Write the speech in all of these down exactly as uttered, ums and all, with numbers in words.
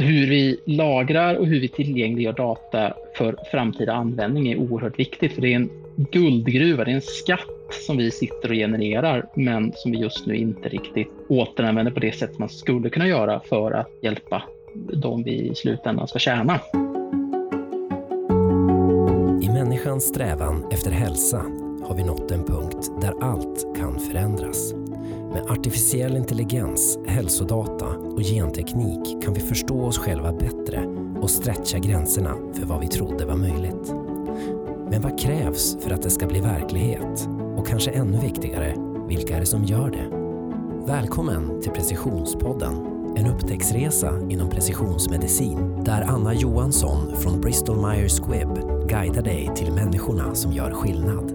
hur vi lagrar och hur vi tillgängliggör data för framtida användning är oerhört viktigt, för det är en guldgruva, det är en skatt som vi sitter och genererar men som vi just nu inte riktigt återanvänder på det sätt man skulle kunna göra för att hjälpa de vi i slutändan ska tjäna. I människans strävan efter hälsa har vi nått en punkt där allt kan förändras. Med artificiell intelligens, hälsodata och genteknik kan vi förstå oss själva bättre och stretcha gränserna för vad vi trodde var möjligt. Men vad krävs för att det ska bli verklighet? Och kanske ännu viktigare, vilka är det som gör det? Välkommen till Precisionspodden, en upptäcktsresa inom precisionsmedicin där Anna Johansson från Bristol Myers Squibb guidar dig till människorna som gör skillnad.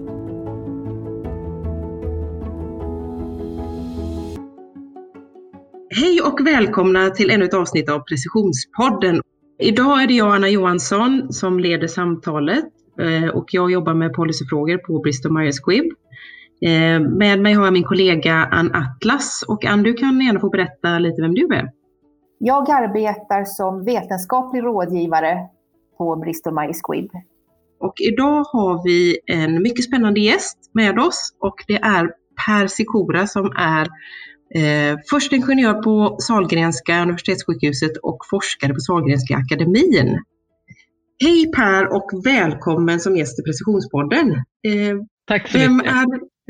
Hej och välkomna till ännu ett avsnitt av Precisionspodden. Idag är det jag, Anna Johansson, som leder samtalet och jag jobbar med policyfrågor på Bristol Myers Squibb. Med mig har jag min kollega Ann Atlas, och Ann, du kan gärna få berätta lite vem du är. Jag arbetar som vetenskaplig rådgivare på Bristol Myers Squibb. Och idag har vi en mycket spännande gäst med oss, och det är Per Sikora som är Eh, första ingenjör på Sahlgrenska universitetssjukhuset och forskare på Sahlgrenska akademin. Hej Per och välkommen som gäst i Precisionspodden. Eh, Tack så vem mycket. Är,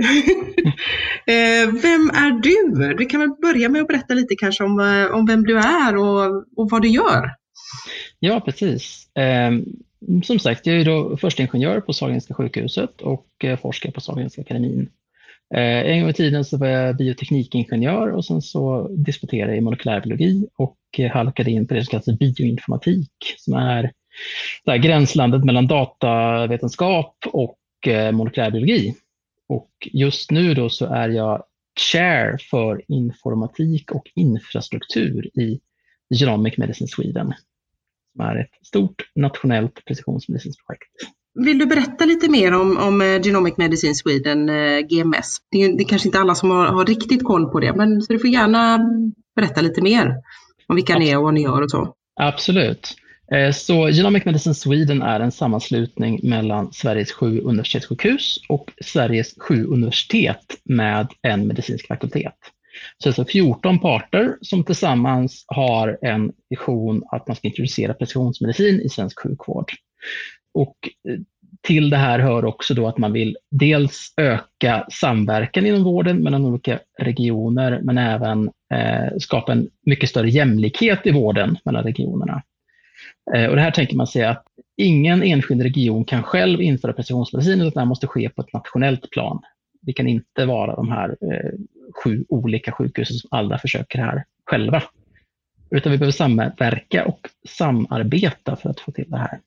eh, vem är du? Du kan väl börja med att berätta lite kanske om, om vem du är och, och vad du gör. Ja, precis. Eh, som sagt, jag är då första ingenjör på Sahlgrenska sjukhuset och eh, forskar på Sahlgrenska akademin. Eh, en gång i tiden så var jag bioteknikingenjör och sen så disputerade jag i molekylärbiologi och eh, halkade in på det som kallas bioinformatik, som är där gränslandet mellan datavetenskap och eh, molekylärbiologi. Och just nu då så är jag chair för informatik och infrastruktur i Genomic Medicine Sweden, som är ett stort nationellt precisionsmedicinskt projekt. Vill du berätta lite mer om, om Genomic Medicine Sweden, G M S? Det är, det är kanske inte alla som har, har riktigt koll på det, men så du får gärna berätta lite mer om vilka ni är och vad ni gör och så. Absolut. Så Genomic Medicine Sweden är en sammanslutning mellan Sveriges sju universitetssjukhus och Sveriges sju universitet med en medicinsk fakultet. Så det är fjorton parter som tillsammans har en vision att man ska introducera precisionsmedicin i svensk sjukvård. Och till det här hör också då att man vill dels öka samverkan inom vården mellan olika regioner, men även eh, skapa en mycket större jämlikhet i vården mellan regionerna. Eh, och det här tänker man sig att ingen enskild region kan själv införa precisionsmedicin, utan det här måste ske på ett nationellt plan. Det kan inte vara de här eh, sju olika sjukhusen som alla försöker här själva. Utan vi behöver samverka och samarbeta för att få till det här.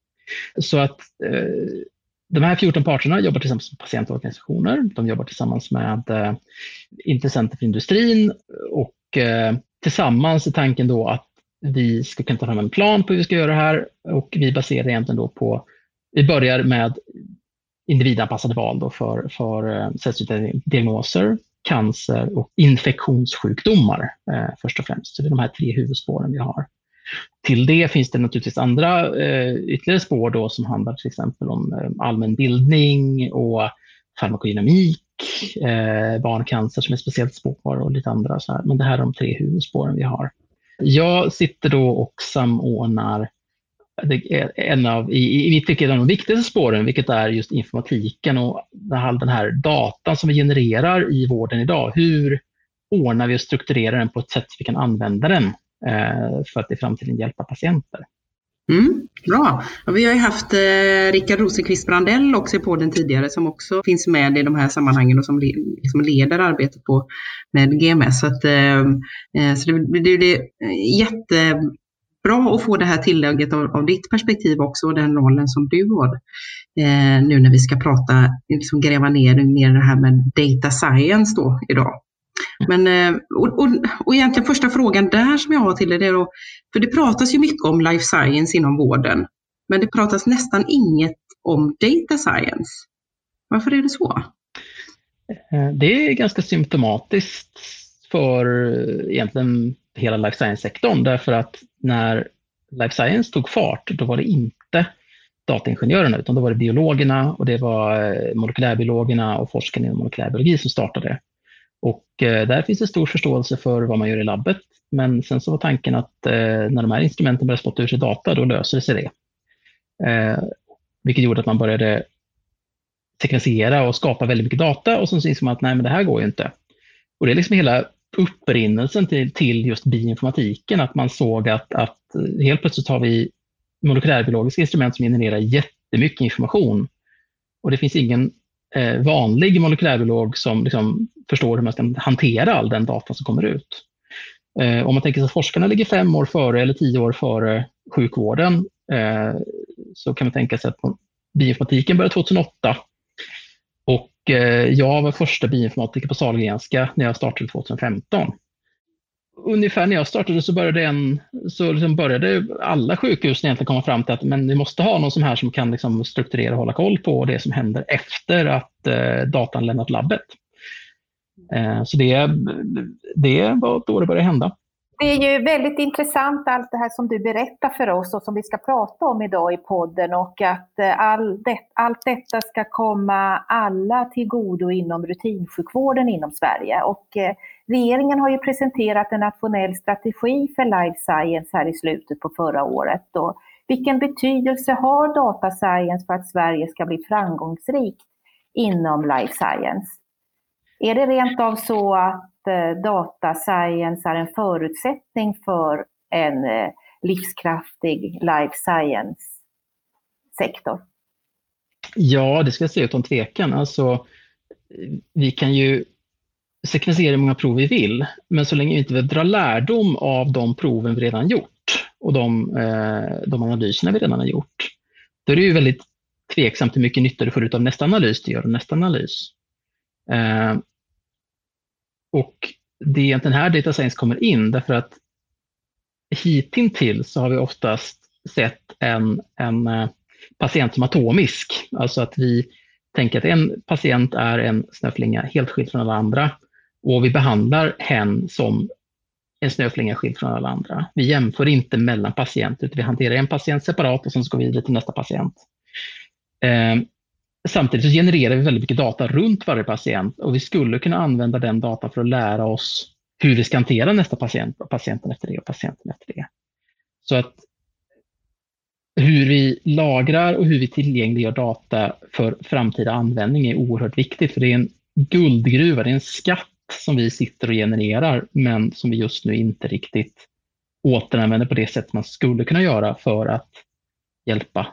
Så att eh, de här fjorton parterna jobbar tillsammans med patientorganisationer, de jobbar tillsammans med eh, intressenter för industrin och eh, tillsammans är tanken då att vi ska kunna ta fram en plan på hur vi ska göra det här, och vi baserar egentligen då på, vi börjar med individanpassade val då för, för eh, sällsynta diagnoser, cancer och infektionssjukdomar eh, först och främst. Så det är de här tre huvudspåren vi har. Till det finns det naturligtvis andra eh, ytterligare spår då, som handlar till exempel om eh, allmän bildning och farmakodynamik, eh, barncancer som är speciellt spår och lite andra så här. Men det här är de tre huvudspåren vi har. Jag sitter då och samordnar det är en av, i, i mitt tycke, en av de viktigaste spåren, vilket är just informatiken och all den här datan som vi genererar i vården idag. Hur ordnar vi och strukturerar den på ett sätt så vi kan använda den för att i framtiden hjälpa patienter. Mm, bra. Och vi har ju haft eh, Rickard Rosenqvist Brandell också på den tidigare, som också finns med i de här sammanhangen och som le, liksom leder arbetet på med G M S. Så, att, eh, så det, det, det är jättebra att få det här tillägget av, av ditt perspektiv också, och den rollen som du har eh, nu när vi ska prata, liksom gräva ner mer det här med data science då idag. Men, och, och, och egentligen första frågan där som jag har till er är då, för det pratas ju mycket om life science inom vården, men det pratas nästan inget om data science. Varför är det så? Det är ganska symptomatiskt för egentligen hela life science-sektorn, därför att när life science tog fart, då var det inte dataingenjörerna utan då var det biologerna och det var molekylärbiologerna och forskarna inom molekylärbiologi som startade. Och eh, där finns det stor förståelse för vad man gör i labbet. Men sen så var tanken att eh, när de här instrumenten började spotta ur sig data, då löser det sig det. Eh, vilket gjorde att man började sekvensera och skapa väldigt mycket data och så insåg man att nej, men det här går ju inte. Och det är liksom hela upprinnelsen till, till just bioinformatiken, att man såg att, att helt plötsligt har vi molekylärbiologiska instrument som genererar jättemycket information. Och det finns ingen eh, vanlig molekylärbiolog som liksom förstår hur man ska hantera all den data som kommer ut. Eh, om man tänker sig att forskarna ligger fem år före eller tio år före sjukvården, eh, så kan man tänka sig att bioinformatiken började tjugohundraåtta. Och eh, jag var första bioinformatiker på Sahlgrenska när jag startade tjugohundrafemton. Ungefär när jag startade så började, en, så liksom började alla sjukhus egentligen komma fram till att men vi måste ha någon som här som kan liksom strukturera och hålla koll på det som händer efter att eh, datan lämnat labbet. Eh, så det, det var då det började hända. Det är ju väldigt intressant allt det här som du berättar för oss och som vi ska prata om idag i podden, och att all det, allt detta ska komma alla till godo inom rutinsjukvården inom Sverige. Och eh, regeringen har ju presenterat en nationell strategi för life science här i slutet på förra året. Och vilken betydelse har data science för att Sverige ska bli framgångsrikt inom life science? Är det rent av så att data science är en förutsättning för en livskraftig life science-sektor? Ja, det ska jag säga utan tvekan. Alltså, vi kan ju sekvensera hur många prov vi vill, men så länge vi inte drar lärdom av de proven vi redan gjort och de, eh, de analyserna vi redan har gjort, då är det ju väldigt tveksamt hur mycket nytta du får ut av nästa analys du gör och nästa analys. Eh, Och det är egentligen här data science kommer in, därför att hittills så har vi oftast sett en, en patient som atomisk. Alltså att vi tänker att en patient är en snöflinga helt skild från alla andra och vi behandlar hen som en snöflinga skild från alla andra. Vi jämför inte mellan patienter, utan vi hanterar en patient separat och sen så går vi vidare till nästa patient. Eh, Samtidigt så genererar vi väldigt mycket data runt varje patient och vi skulle kunna använda den data för att lära oss hur vi ska hantera nästa patient och patienten efter det och patienten efter det. Så att hur vi lagrar och hur vi tillgängliggör data för framtida användning är oerhört viktigt, för det är en guldgruva, det är en skatt som vi sitter och genererar men som vi just nu inte riktigt återanvänder på det sätt man skulle kunna göra för att hjälpa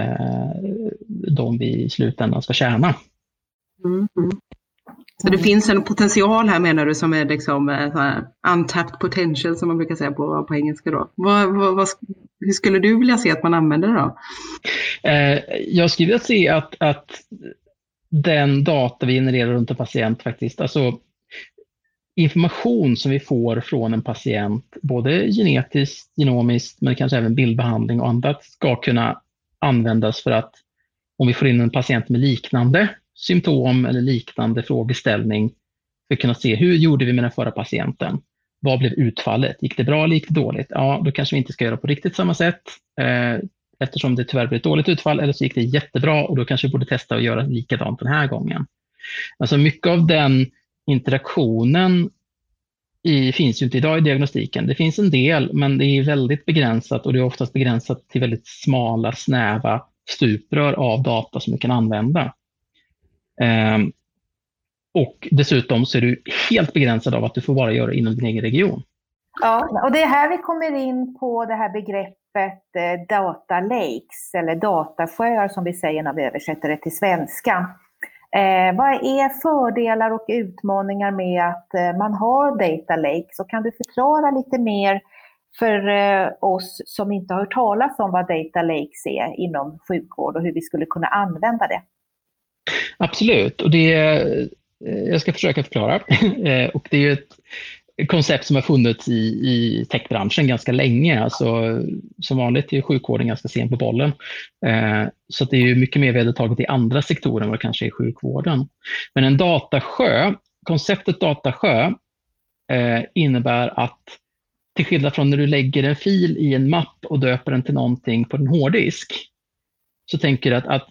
de vi i slutändan ska tjäna. Mm, mm. Så det finns en potential här, menar du, som är liksom uh, untapped potential som man brukar säga på, på engelska då. Vad, vad, vad, hur skulle du vilja se att man använder det då? Eh, jag skulle vilja se att, att den data vi genererar runt en patient faktiskt, alltså information som vi får från en patient, både genetiskt, genomiskt men kanske även bildbehandling och annat, ska kunna användas för att om vi får in en patient med liknande symptom eller liknande frågeställning för att kunna se hur gjorde vi med den förra patienten. Vad blev utfallet? Gick det bra eller gick det dåligt? Ja, då kanske vi inte ska göra på riktigt samma sätt eh, eftersom det tyvärr blev ett dåligt utfall, eller så gick det jättebra och då kanske vi borde testa att göra likadant den här gången. Alltså mycket av den interaktionen i, finns ju inte idag i diagnostiken. Det finns en del, men det är väldigt begränsat och det är oftast begränsat till väldigt smala, snäva stuprör av data som vi kan använda. Um, och dessutom så är du helt begränsad av att du får bara göra inom din egen region. Ja, och det är här vi kommer in på det här begreppet eh, data lakes eller datasjöar som vi säger när vi översätter det till svenska. Eh, vad är fördelar och utmaningar med att eh, man har data lakes? Så kan du förklara lite mer för eh, oss som inte har hört talas om vad data lakes är inom sjukvård och hur vi skulle kunna använda det? Absolut, och det är, jag ska försöka förklara. Och det är ett koncept som har funnits i, i techbranschen ganska länge. Alltså, som vanligt är sjukvården ganska sen på bollen. Så det är ju mycket mer vedertaget i andra sektorer än vad det kanske är i sjukvården. Men en datasjö, konceptet datasjö innebär att till skillnad från när du lägger en fil i en mapp och döper den till någonting på en hårddisk, så tänker du att, att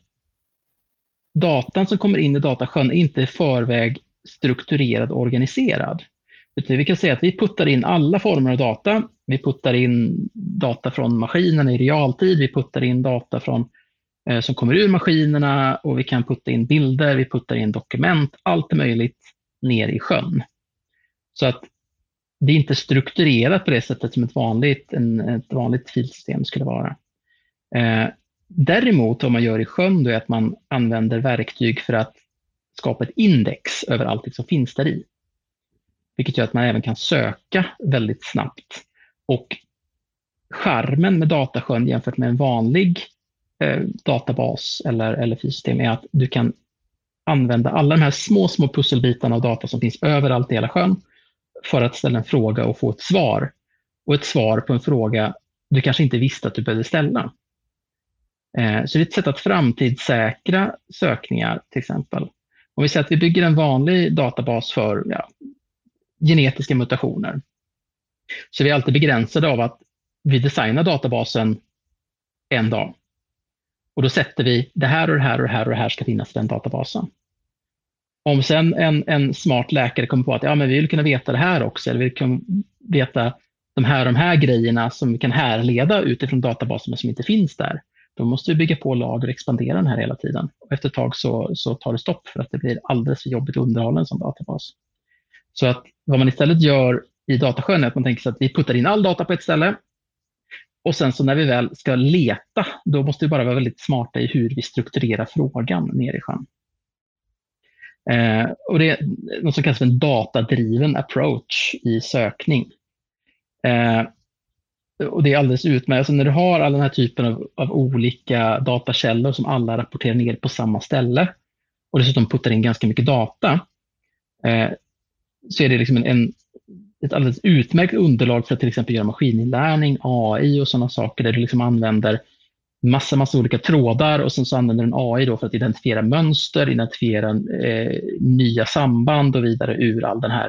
datan som kommer in i datasjön är inte i förväg strukturerad och organiserad. Utan vi kan säga att vi puttar in alla former av data. Vi puttar in data från maskinerna i realtid. Vi puttar in data från, eh, som kommer ur maskinerna, och vi kan putta in bilder, vi puttar in dokument, allt är möjligt ner i sjön. Så att det är inte strukturerat på det sättet som ett vanligt, en, ett vanligt filsystem skulle vara. Eh, däremot vad man gör i sjön då är att man använder verktyg för att skapa ett index över allt som finns där i. Vilket gör att man även kan söka väldigt snabbt. Och charmen med datasjön jämfört med en vanlig eh, databas eller, eller filsystem är att du kan använda alla de här små, små pusselbitarna av data som finns överallt i hela sjön för att ställa en fråga och få ett svar. Och ett svar på en fråga du kanske inte visste att du behövde ställa. Eh, så det är ett sätt att framtidssäkra sökningar till exempel. Om vi säger att vi bygger en vanlig databas för ja, genetiska mutationer, så vi är alltid begränsade av att vi designar databasen en dag. Och då sätter vi det här och det här och det här och det här ska finnas i den databasen. Om sen en, en smart läkare kommer på att ja, men vi vill kunna veta det här också, eller vi kan veta de här, de här grejerna som vi kan härleda utifrån databasen som inte finns där, då måste vi bygga på lager och expandera den här hela tiden. Och efter ett tag så, så tar det stopp för att det blir alldeles för jobbigt att underhålla en sån databas. Så att vad man istället gör i datasjön är att man tänker sig att vi puttar in all data på ett ställe, och sen så när vi väl ska leta, då måste vi bara vara väldigt smarta i hur vi strukturerar frågan ner i sjön. Eh, och det är något som kallas för en datadriven approach i sökning. Eh, och det är alldeles utmärkt. Alltså när du har all den här typen av, av olika datakällor som alla rapporterar ner på samma ställe, och dessutom puttar in ganska mycket data, eh, så är det liksom en, en, ett alldeles utmärkt underlag för att till exempel göra maskininlärning, A I och sådana saker, där du liksom använder massa, massa olika trådar, och sen så använder du en A I då för att identifiera mönster, identifiera eh, nya samband och vidare ur all den här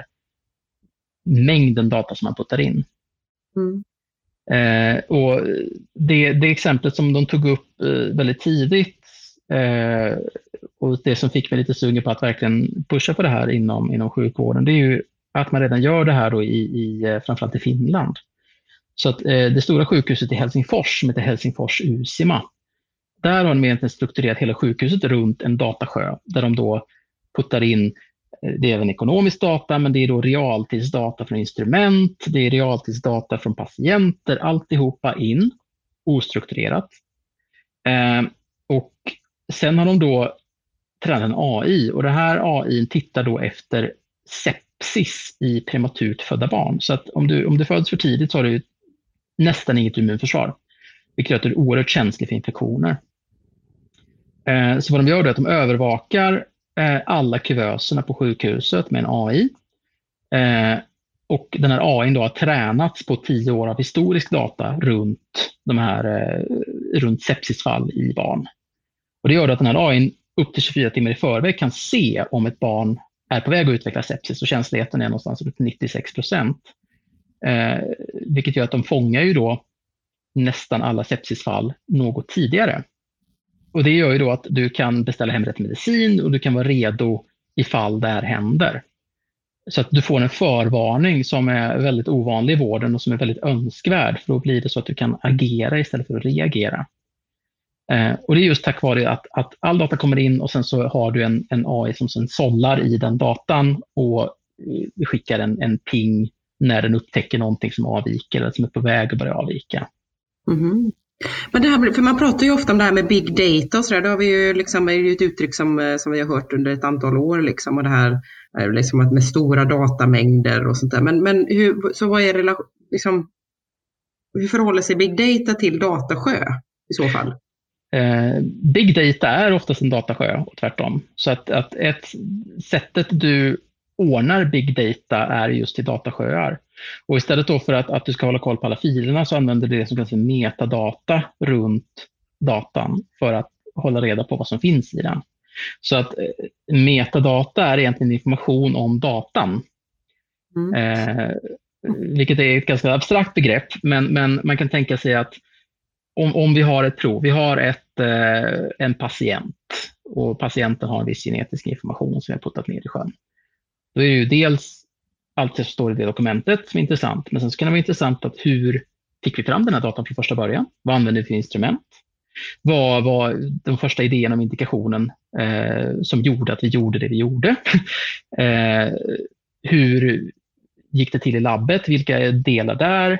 mängden data som man puttar in. Mm. Eh, och det, det exemplet som de tog upp eh, väldigt tidigt, eh, och det som fick mig lite sugen på att verkligen pusha på det här inom, inom sjukvården, det är ju att man redan gör det här då i, i framförallt i Finland. Så att eh, det stora sjukhuset i Helsingfors, som heter Helsingfors Usima, där har de egentligen strukturerat hela sjukhuset runt en datasjö, där de då puttar in, eh, det är även ekonomisk data, men det är då realtidsdata från instrument, det är realtidsdata från patienter, alltihopa in, ostrukturerat. Eh, och sen har de då tränat en A I, och det här A I tittar då efter sepsis i prematurt födda barn. Så att om du, om du föds för tidigt så har du nästan inget immunförsvar, vilket gör att du är oerhört känslig för infektioner. Eh, så vad de gör då är att de övervakar eh, alla kuvöserna på sjukhuset med en A I. Eh, och den här A I då har tränats på tio år av historisk data runt, de här, eh, runt sepsisfall i barn. Och det gör att den här A I upp till tjugofyra timmar i förväg kan se om ett barn är på väg att utveckla sepsis, och känsligheten är någonstans upp till nittiosex procent. Eh, vilket gör att de fångar ju då nästan alla sepsisfall något tidigare. Och det gör ju då att du kan beställa hem rätt medicin, och du kan vara redo ifall det här händer. Så att du får en förvarning som är väldigt ovanlig i vården och som är väldigt önskvärd, för då blir det så att du kan agera istället för att reagera. Eh, och det är just tack vare att, att all data kommer in, och sen så har du en, en A I som sen sållar i den datan och skickar en, en ping när den upptäcker någonting som avviker eller som är på väg att börja avvika. Mm-hmm. Men det här, för man pratar ju ofta om det här med big data och så där, då har vi ju liksom, är det ju ett uttryck som, som vi har hört under ett antal år liksom, och det här är liksom med stora datamängder och sånt där. Men, men hur, så vad är det liksom, hur förhåller sig big data till datasjö i så fall? Eh, big data är oftast en datasjö och tvärtom. Så att, att ett sättet du ordnar big data är just till datasjöar. Och istället då för att, att du ska hålla koll på alla filerna, så använder du det som kallas för metadata runt datan för att hålla reda på vad som finns i den. Så att eh, metadata är egentligen information om datan. Mm. Eh, vilket är ett ganska abstrakt begrepp, men, men man kan tänka sig att om, om vi har ett prov, vi har ett, eh, en patient och patienten har en viss genetisk information som vi har puttat ner i sjön. Då är det ju dels allt som står i det dokumentet som är intressant, men sen så kan det vara intressant att hur fick vi fram den här datan från första början? Vad använder vi för instrument? Vad var de första idéerna om indikationen eh, som gjorde att vi gjorde det vi gjorde? eh, hur gick det till i labbet? Vilka är delar där?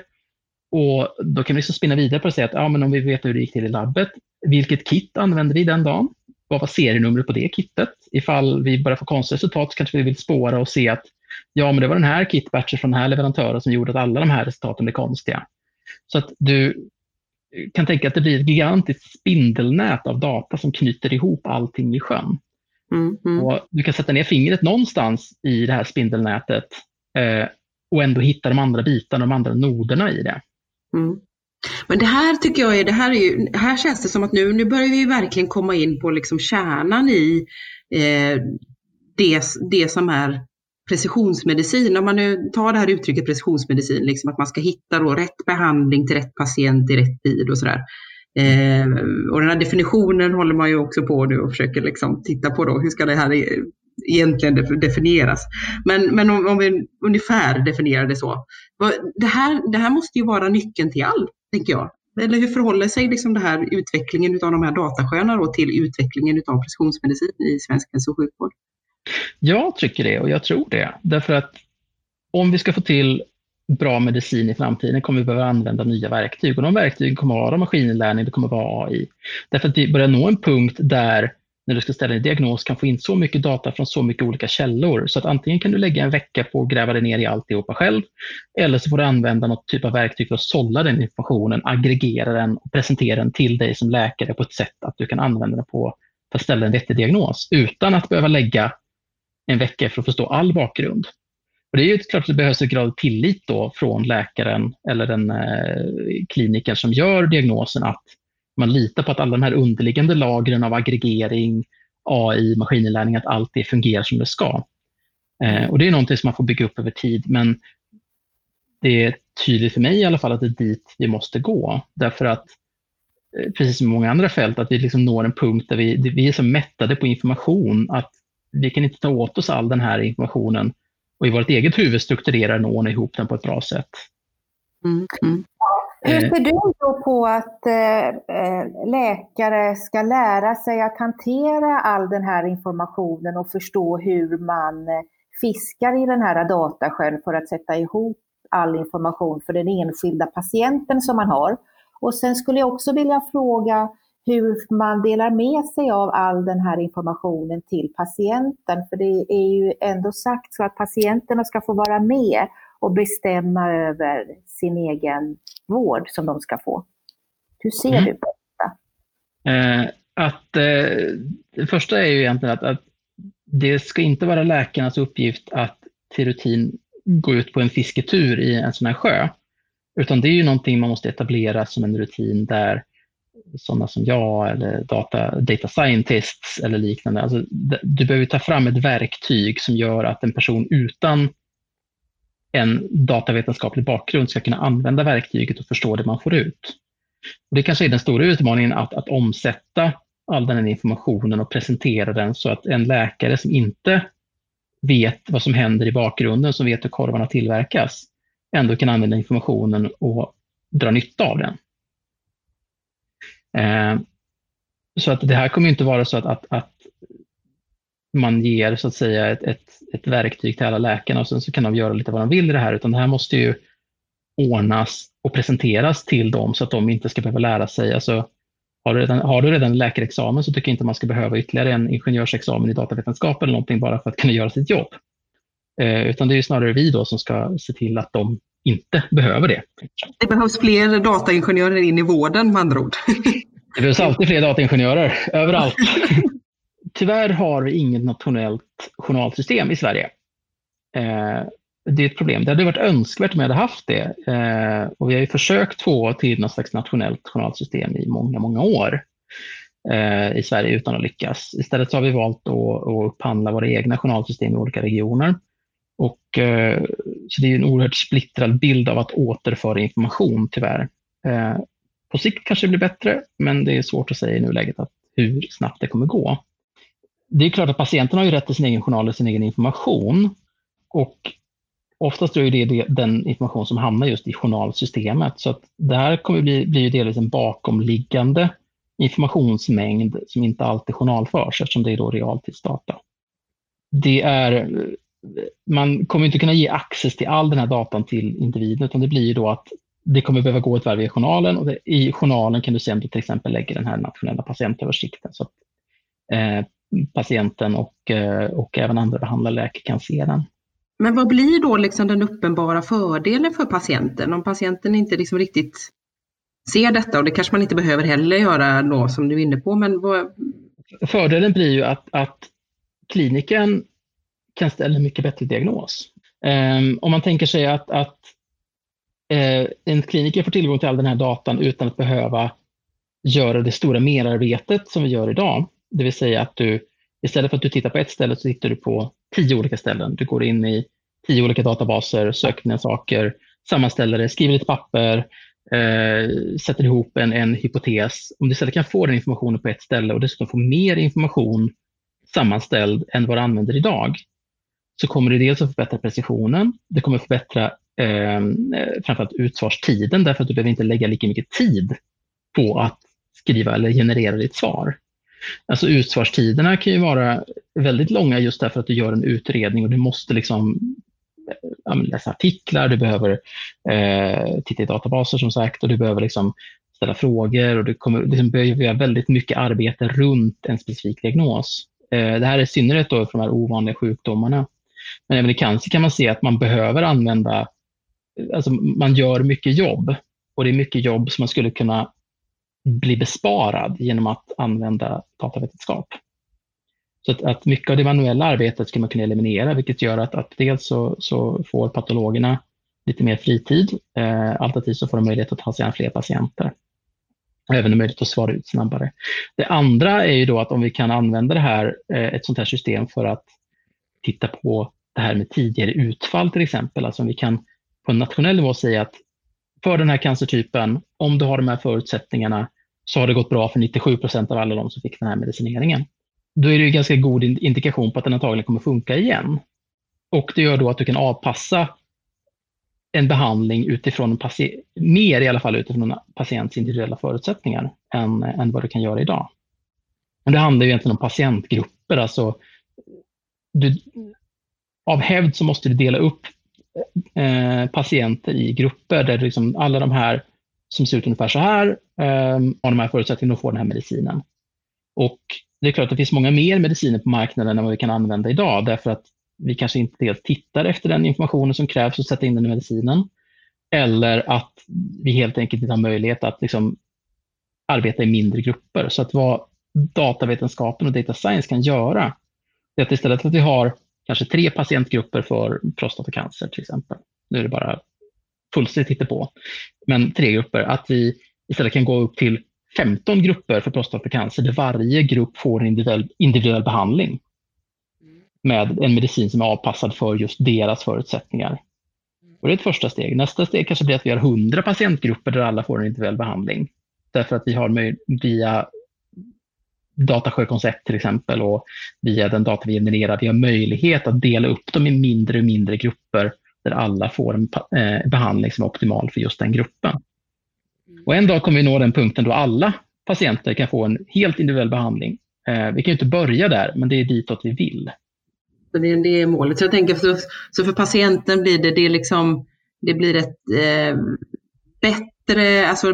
Och då kan vi liksom spinna vidare på att säga att ja, men om vi vet hur det gick till i labbet, vilket kit använde vi den dagen? Vad var serienumret på det kittet? Ifall vi bara får konstresultat så kanske vi vill spåra och se att ja, men det var den här kitbatchen från den här leverantören som gjorde att alla de här resultaten blev konstiga. Så att du kan tänka att det blir ett gigantiskt spindelnät av data som knyter ihop allting i sjön. Mm, mm. Och du kan sätta ner fingret någonstans i det här spindelnätet eh, och ändå hitta de andra bitarna, de andra noderna i det. Mm. Men det här tycker jag är, det här är ju, här känns det som att nu, nu börjar vi verkligen komma in på liksom kärnan i eh, det, det som är precisionsmedicin. Om man nu tar det här uttrycket precisionsmedicin, liksom att man ska hitta då rätt behandling till rätt patient i rätt tid och sådär. Eh, och den här definitionen håller man ju också på nu och försöker liksom titta på då, hur ska det här egentligen definieras. Men, men om, om vi ungefär definierar det så. Det här, det här måste ju vara nyckeln till allt, tänker jag. Eller hur förhåller sig liksom det här utvecklingen av de här datasjöarna då till utvecklingen av precisionsmedicin i svensk hälso- och sjukvård? Jag tycker det och jag tror det. Därför att om vi ska få till bra medicin i framtiden kommer vi behöva använda nya verktyg. Och de verktygen kommer att vara maskininlärning, det kommer att vara A I. Därför att vi börjar nå en punkt där när du ska ställa en diagnos kan få in så mycket data från så mycket olika källor. Så att antingen kan du lägga en vecka på att gräva dig ner i alltihopa själv. Eller så får du använda något typ av verktyg för att sålla den informationen, aggregera den och presentera den till dig som läkare på ett sätt att du kan använda den på för att ställa en vettig diagnos. Utan att behöva lägga en vecka för att förstå all bakgrund. Och det är ju klart att det behövs en grad av tillit då från läkaren eller den eh, kliniken som gör diagnosen, att man litar på att alla de här underliggande lagren av aggregering, A I, maskininlärning, att allt det fungerar som det ska. Eh, och det är någonting som man får bygga upp över tid, men det är tydligt för mig i alla fall att det är dit vi måste gå. Därför att, eh, precis som många andra fält, att vi liksom når en punkt där vi, vi är så mättade på information att vi kan inte ta åt oss all den här informationen och i vårt eget huvud strukturera den och ordna ihop den på ett bra sätt. Mm, mm. Hur ser du då på att eh, läkare ska lära sig att hantera all den här informationen och förstå hur man fiskar i den här datasjön för att sätta ihop all information för den enskilda patienten som man har? Och sen skulle jag också vilja fråga hur man delar med sig av all den här informationen till patienten. För det är ju ändå sagt så att patienterna ska få vara med och bestämma över sin egen vård som de ska få. Hur ser mm. du på detta? Eh, att, eh, det första är ju egentligen att, att det ska inte vara läkarnas uppgift att till rutin gå ut på en fisketur i en sån här sjö. Utan det är ju någonting man måste etablera som en rutin där sådana som jag eller data, data scientists eller liknande. Alltså, du behöver ta fram ett verktyg som gör att en person utan en datavetenskaplig bakgrund ska kunna använda verktyget och förstå det man får ut. Och det kanske är den stora utmaningen att, att omsätta all den här informationen och presentera den så att en läkare som inte vet vad som händer i bakgrunden, som vet hur korvarna tillverkas, ändå kan använda informationen och dra nytta av den. Eh, så att det här kommer inte vara så att, att, att man ger så att säga ett, ett, ett verktyg till alla läkarna och sen så kan de göra lite vad de vill i det här, utan det här måste ju ordnas och presenteras till dem så att de inte ska behöva lära sig. Alltså, har du redan, har du redan en läkarexamen så tycker jag inte man ska behöva ytterligare en ingenjörsexamen i datavetenskap eller någonting bara för att kunna göra sitt jobb. Eh, utan det är ju snarare vi då som ska se till att de inte behöver det. Det behövs fler dataingenjörer in i vården med andra ord. Det behövs alltid fler dataingenjörer överallt. Tyvärr har vi inget nationellt journalsystem i Sverige. Eh, det är ett problem. Det hade varit önskvärt om vi hade haft det. Eh, och vi har ju försökt få till något slags nationellt journalsystem i många, många år eh, i Sverige utan att lyckas. Istället så har vi valt att, att upphandla våra egna journalsystem i olika regioner. Och, eh, så det är en oerhört splittrad bild av att återföra information tyvärr. Eh, på sikt kanske det blir bättre, men det är svårt att säga i nuläget att hur snabbt det kommer gå. Det är klart att patienten har ju rätt till sin egen journal och sin egen information. Och oftast är det den information som hamnar just i journalsystemet. Så att det här kommer bli, bli ju delvis en bakomliggande informationsmängd som inte alltid journalförs eftersom det är då realtidsdata. Det är, man kommer inte kunna ge access till all den här datan till individen, utan det blir ju då att det kommer behöva gå ett varv i journalen, och det, i journalen kan du se om du till exempel lägger den här nationella patientöversikten så att eh, patienten och, eh, och även andra behandlare läkare kan se den. Men vad blir då liksom den uppenbara fördelen för patienten om patienten inte liksom riktigt ser detta, och det kanske man inte behöver heller göra då som du är inne på, men vad... Fördelen blir ju att, att kliniken kan ställa en mycket bättre diagnos. Um, om man tänker sig att, att uh, en kliniker får tillgång till all den här datan utan att behöva göra det stora merarbetet som vi gör idag. Det vill säga att du istället för att du tittar på ett ställe så tittar du på tio olika ställen. Du går in i tio olika databaser, söker dina saker, sammanställer det, skriver lite papper, eh, sätter ihop en, en hypotes. Om du istället kan få den informationen på ett ställe och dessutom få mer information sammanställd än vad du använder idag, så kommer det dels att förbättra precisionen. Det kommer att förbättra eh, framförallt utsvarstiden, därför att du behöver inte lägga lika mycket tid på att skriva eller generera ditt svar. Alltså utsvarstiderna kan ju vara väldigt långa just därför att du gör en utredning och du måste liksom ja, läsa artiklar, du behöver eh, titta i databaser som sagt, och du behöver liksom ställa frågor, och du kommer liksom behöver göra väldigt mycket arbete runt en specifik diagnos. Eh, det här är i synnerhet då för de här ovanliga sjukdomarna. Men även i cancer kan man se att man behöver använda, alltså man gör mycket jobb, och det är mycket jobb som man skulle kunna bli besparad genom att använda datavetenskap. Så att, att mycket av det manuella arbetet ska man kunna eliminera, vilket gör att, att dels så, så får patologerna lite mer fritid, eh, alternativt så får de möjlighet att ta sig an fler patienter. Och även en möjlighet att svara ut snabbare. Det andra är ju då att om vi kan använda det här, eh, ett sånt här system för att titta på det här med tidigare utfall till exempel. Alltså om vi kan på en nationell nivå säga att för den här cancertypen, om du har de här förutsättningarna, så har det gått bra för nittiosju procent av alla de som fick den här medicineringen. Då är det ju ganska god indikation på att den antagligen kommer funka igen. Och det gör då att du kan avpassa en behandling utifrån en patient, mer i alla fall utifrån en patients individuella förutsättningar än, än vad du kan göra idag. Men det handlar ju egentligen om patientgrupper. Alltså, du, av hävd så måste du dela upp eh, patienter i grupper där liksom alla de här som ser ut ungefär så här eh, har de här förutsättningarna att få den här medicinen. Och det är klart att det finns många mer mediciner på marknaden än vad vi kan använda idag, därför att vi kanske inte dels tittar efter den informationen som krävs och sätta in den i medicinen, eller att vi helt enkelt inte har möjlighet att liksom arbeta i mindre grupper. Så att vad datavetenskapen och data science kan göra är att istället för att vi har kanske tre patientgrupper för prostatacancer till exempel, nu är det bara fullständigt hittepå, men tre grupper, att vi istället kan gå upp till femton grupper för prostatacancer där varje grupp får en individuell, individuell behandling med en medicin som är avpassad för just deras förutsättningar. Och det är ett första steg. Nästa steg kanske blir att vi har hundra patientgrupper där alla får en individuell behandling. Därför att vi har möj- via datasjökoncept till exempel och via den data vi genererar, vi har möjlighet att dela upp dem i mindre och mindre grupper där alla får en eh, behandling som är optimal för just den gruppen. Och en dag kommer vi nå den punkten då alla patienter kan få en helt individuell behandling. Eh, vi kan ju inte börja där, men det är ditåt vi vill. Så det, det är målet. Så jag tänker, så, så för patienten blir det, det, liksom, det blir ett eh, bättre, alltså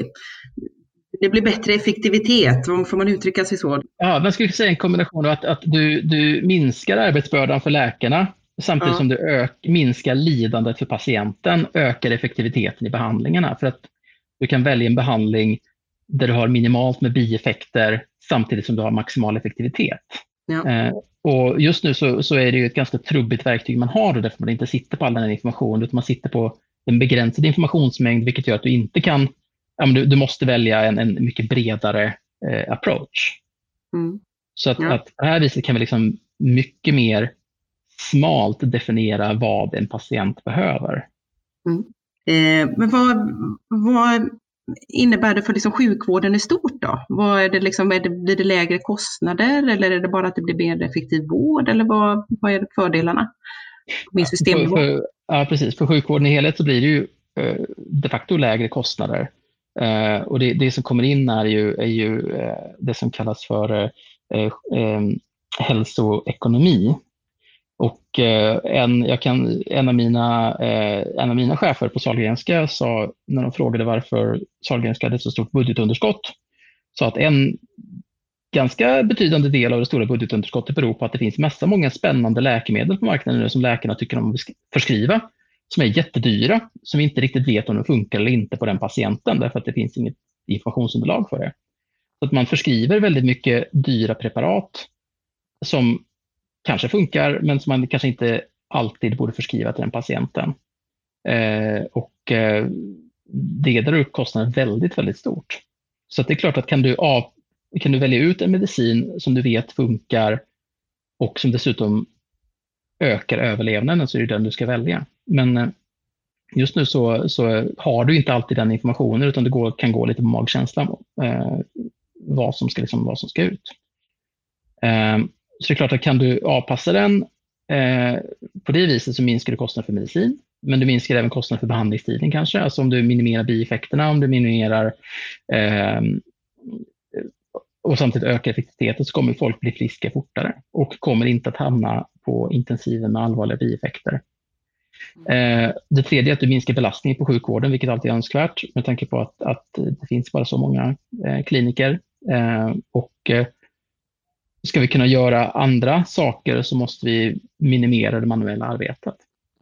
det blir bättre effektivitet, får man uttrycka sig så? Ja, man skulle säga en kombination av att, att du, du minskar arbetsbördan för läkarna samtidigt ja. som du ök, minskar lidandet för patienten, ökar effektiviteten i behandlingarna. För att du kan välja en behandling där du har minimalt med bieffekter samtidigt som du har maximal effektivitet. Ja. Eh, och just nu så, så är det ju ett ganska trubbigt verktyg man har, därför man inte sitter på all den här informationen, utan man sitter på en begränsad informationsmängd, vilket gör att du inte kan, ja, men du, du måste välja en, en mycket bredare eh, approach. Mm. Så att, ja. att på det här viset kan vi liksom mycket mer smalt definiera vad en patient behöver. Mm. Eh, men vad, vad innebär det för liksom sjukvården i stort då? Vad är det liksom, är det, blir det lägre kostnader eller är det bara att det blir mer effektiv vård eller vad, vad är fördelarna med systemet? För, för, ja, precis. För sjukvården i helhet så blir det ju eh, de facto lägre kostnader. Eh, och det, det som kommer in är ju, är ju eh, det som kallas för eh, eh, hälsoekonomi. Och eh, en, jag kan, en, av mina, eh, en av mina chefer på Sahlgrenska sa, när de frågade varför Sahlgrenska hade så stort budgetunderskott, sa att en ganska betydande del av det stora budgetunderskottet beror på att det finns massa många spännande läkemedel på marknaden nu som läkarna tycker om att förskriva, som är jättedyra, som vi inte riktigt vet om de funkar eller inte på den patienten, därför att det finns inget informationsunderlag för det. Så att man förskriver väldigt mycket dyra preparat som kanske funkar, men som man kanske inte alltid borde förskriva till den patienten. Eh, och eh, det drar upp kostnaden väldigt, väldigt stort. Så att det är klart att kan du, av, kan du välja ut en medicin som du vet funkar och som dessutom ökar överlevnaden, så är det den du ska välja. Men eh, just nu så, så har du inte alltid den informationen, utan det går, kan gå lite på magkänsla eh, vad, som ska, liksom, vad som ska ut. Eh, Så det är klart att kan du avpassa den eh, på det viset så minskar du kostnaden för medicin. Men du minskar även kostnaden för behandlingstiden kanske. Alltså om du minimerar bieffekterna, om du minimerar eh, och samtidigt ökar effektiviteten, så kommer folk bli friska fortare och kommer inte att hamna på intensiven med allvarliga bieffekter. Eh, det tredje är att du minskar belastningen på sjukvården, vilket alltid är önskvärt med tanke på att, att det finns bara så många eh, kliniker. Eh, och eh, Ska vi kunna göra andra saker så måste vi minimera det manuella arbetet.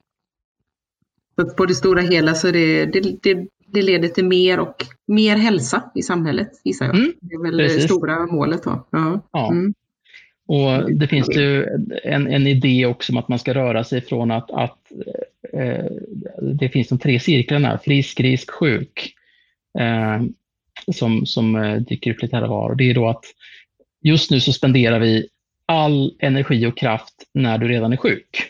På det stora hela så det, det, det, det leder till mer och mer hälsa i samhället, gissar jag. Mm, det är väl precis. Det stora målet då. Ja. Ja. Mm. Och det finns ju en, en idé också om att man ska röra sig från att, att eh, det finns de tre cirklarna, frisk, risk, sjuk, eh, som, som dyker upp lite här och var. Och det är då att just nu så spenderar vi all energi och kraft när du redan är sjuk.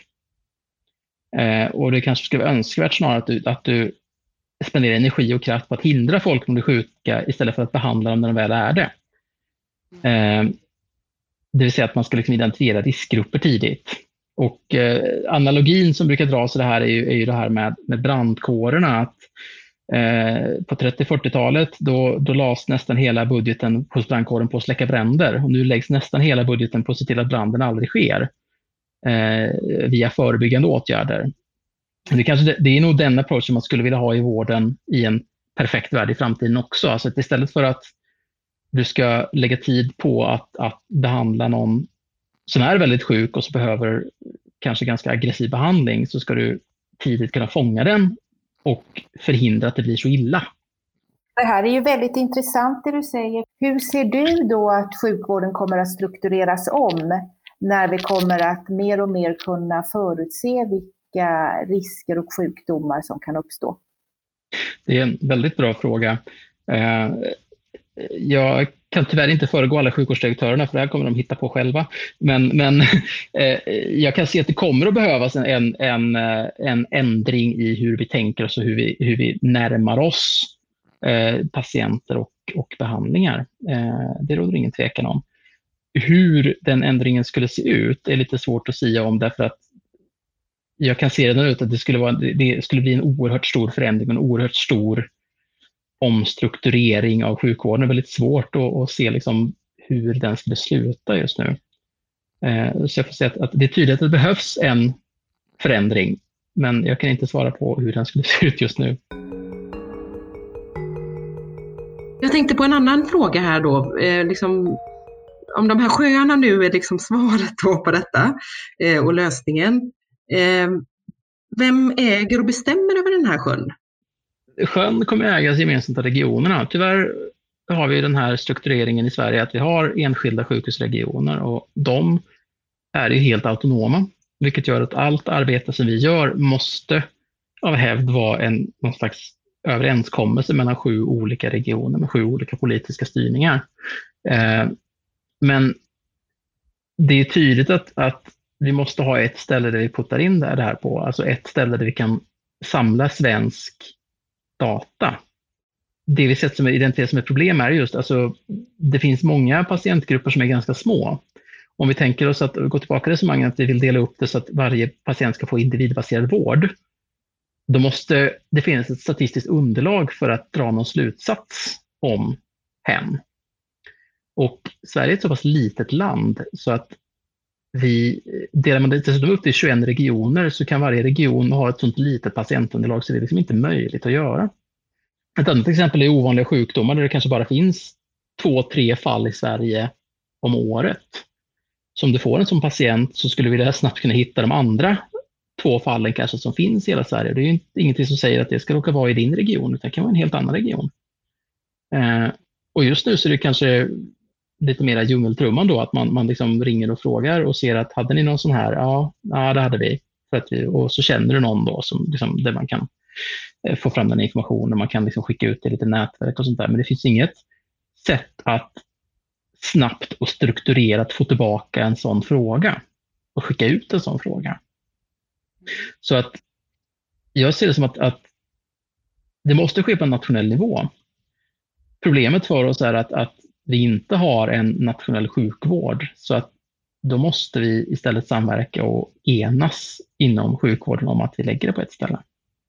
Eh, och det kanske skulle vara önskvärt snarare att du, att du spenderar energi och kraft på att hindra folk från att bli sjuka istället för att behandla dem när de väl är det. Eh, det vill säga att man ska liksom identifiera riskgrupper tidigt. Och eh, analogin som brukar dras i det här är ju, är ju det här med, med brandkårerna. Att Eh, på trettio-fyrtiotalet då, då lades nästan hela budgeten hos brandkåren på att släcka bränder, och nu läggs nästan hela budgeten på att se till att branden aldrig sker eh, via förebyggande åtgärder. Det, kanske, det är nog den approach som man skulle vilja ha i vården i en perfekt värld i framtiden också. Alltså att istället för att du ska lägga tid på att, att behandla någon som är väldigt sjuk och som behöver kanske ganska aggressiv behandling, så ska du tidigt kunna fånga den och förhindra att det blir så illa. Det här är ju väldigt intressant det du säger. Hur ser du då att sjukvården kommer att struktureras om när vi kommer att mer och mer kunna förutse vilka risker och sjukdomar som kan uppstå? Det är en väldigt bra fråga. Jag kan tyvärr inte föregå alla sjukvårdsdirektörerna, för det här kommer de hitta på själva. Men, men jag kan se att det kommer att behövas en, en, en ändring i hur vi tänker oss och hur vi, hur vi närmar oss eh, patienter och, och behandlingar. Eh, det råder ingen tvekan om. Hur den ändringen skulle se ut är lite svårt att säga om, därför att jag kan se redan ut att det skulle, vara, det skulle bli en oerhört stor förändring, en oerhört stor omstrukturering av sjukvården. Det är väldigt svårt att, att se liksom hur den skulle sluta just nu. Eh, så jag får säga att, att det är tydligt att det behövs en förändring, men jag kan inte svara på hur den skulle se ut just nu. Jag tänkte på en annan fråga här då. Eh, liksom, om de här sjöarna nu är liksom svaret då på detta eh, och lösningen. Eh, vem äger och bestämmer över den här sjön? Sjön kommer ägas gemensamt av regionerna. Tyvärr har vi den här struktureringen i Sverige att vi har enskilda sjukhusregioner, och de är ju helt autonoma, vilket gör att allt arbete som vi gör måste av hävd vara en någon slags överenskommelse mellan sju olika regioner med sju olika politiska styrningar. Eh, men det är tydligt att, att vi måste ha ett ställe där vi puttar in det här på, alltså ett ställe där vi kan samla svensk data. Det vi sett som identitet som ett problem är just, alltså det finns många patientgrupper som är ganska små. Om vi tänker oss att gå tillbaka till resonemanget att vi vill dela upp det så att varje patient ska få individbaserad vård, då måste det finnas ett statistiskt underlag för att dra någon slutsats om hen. Och Sverige är ett så pass litet land så att vi, delar man det dessutom upp till tjugoett regioner så kan varje region ha ett sånt litet patientunderlag så det är liksom inte möjligt att göra. Ett annat exempel är ovanliga sjukdomar där det kanske bara finns två, tre fall i Sverige om året. Så om du får en som patient så skulle vi snabbt kunna hitta de andra två fallen kanske som finns i hela Sverige. Det är ju ingenting som säger att det ska råka vara i din region, utan det kan vara en helt annan region. Eh, och just nu så är det kanske lite mera djungeltrumman då, att man, man liksom ringer och frågar och ser att hade ni någon sån här? Ja, ja det hade vi. För att vi och så känner du någon då som, liksom, där man kan eh, få fram den informationen, man kan liksom skicka ut det i lite nätverk och sånt där. Men det finns inget sätt att snabbt och strukturerat få tillbaka en sån fråga och skicka ut en sån fråga. Så att jag ser det som att, att det måste ske på en nationell nivå. Problemet för oss är att, att vi inte har en nationell sjukvård, så att då måste vi istället samverka och enas inom sjukvården om att vi lägger det på ett ställe.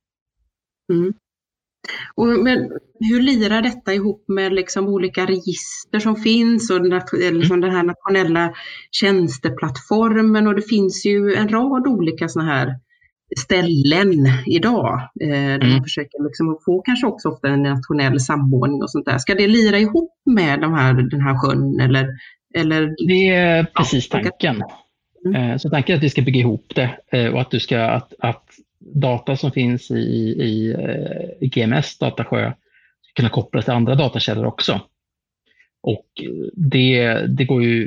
Mm. Och men hur lirar detta ihop med liksom olika register som finns och liksom den här nationella tjänsteplattformen, och det finns ju en rad olika såna här ställen idag eh, där mm. man försöker liksom få kanske också ofta en nationell samordning och sånt där. Ska det lira ihop med de här, den här sjön eller, eller? Det är precis tanken. Mm. Så tanken är att vi ska bygga ihop det och att du ska att, att data som finns i, i, i G M S datasjö ska kunna kopplas till andra datakällor också. Och det, det går ju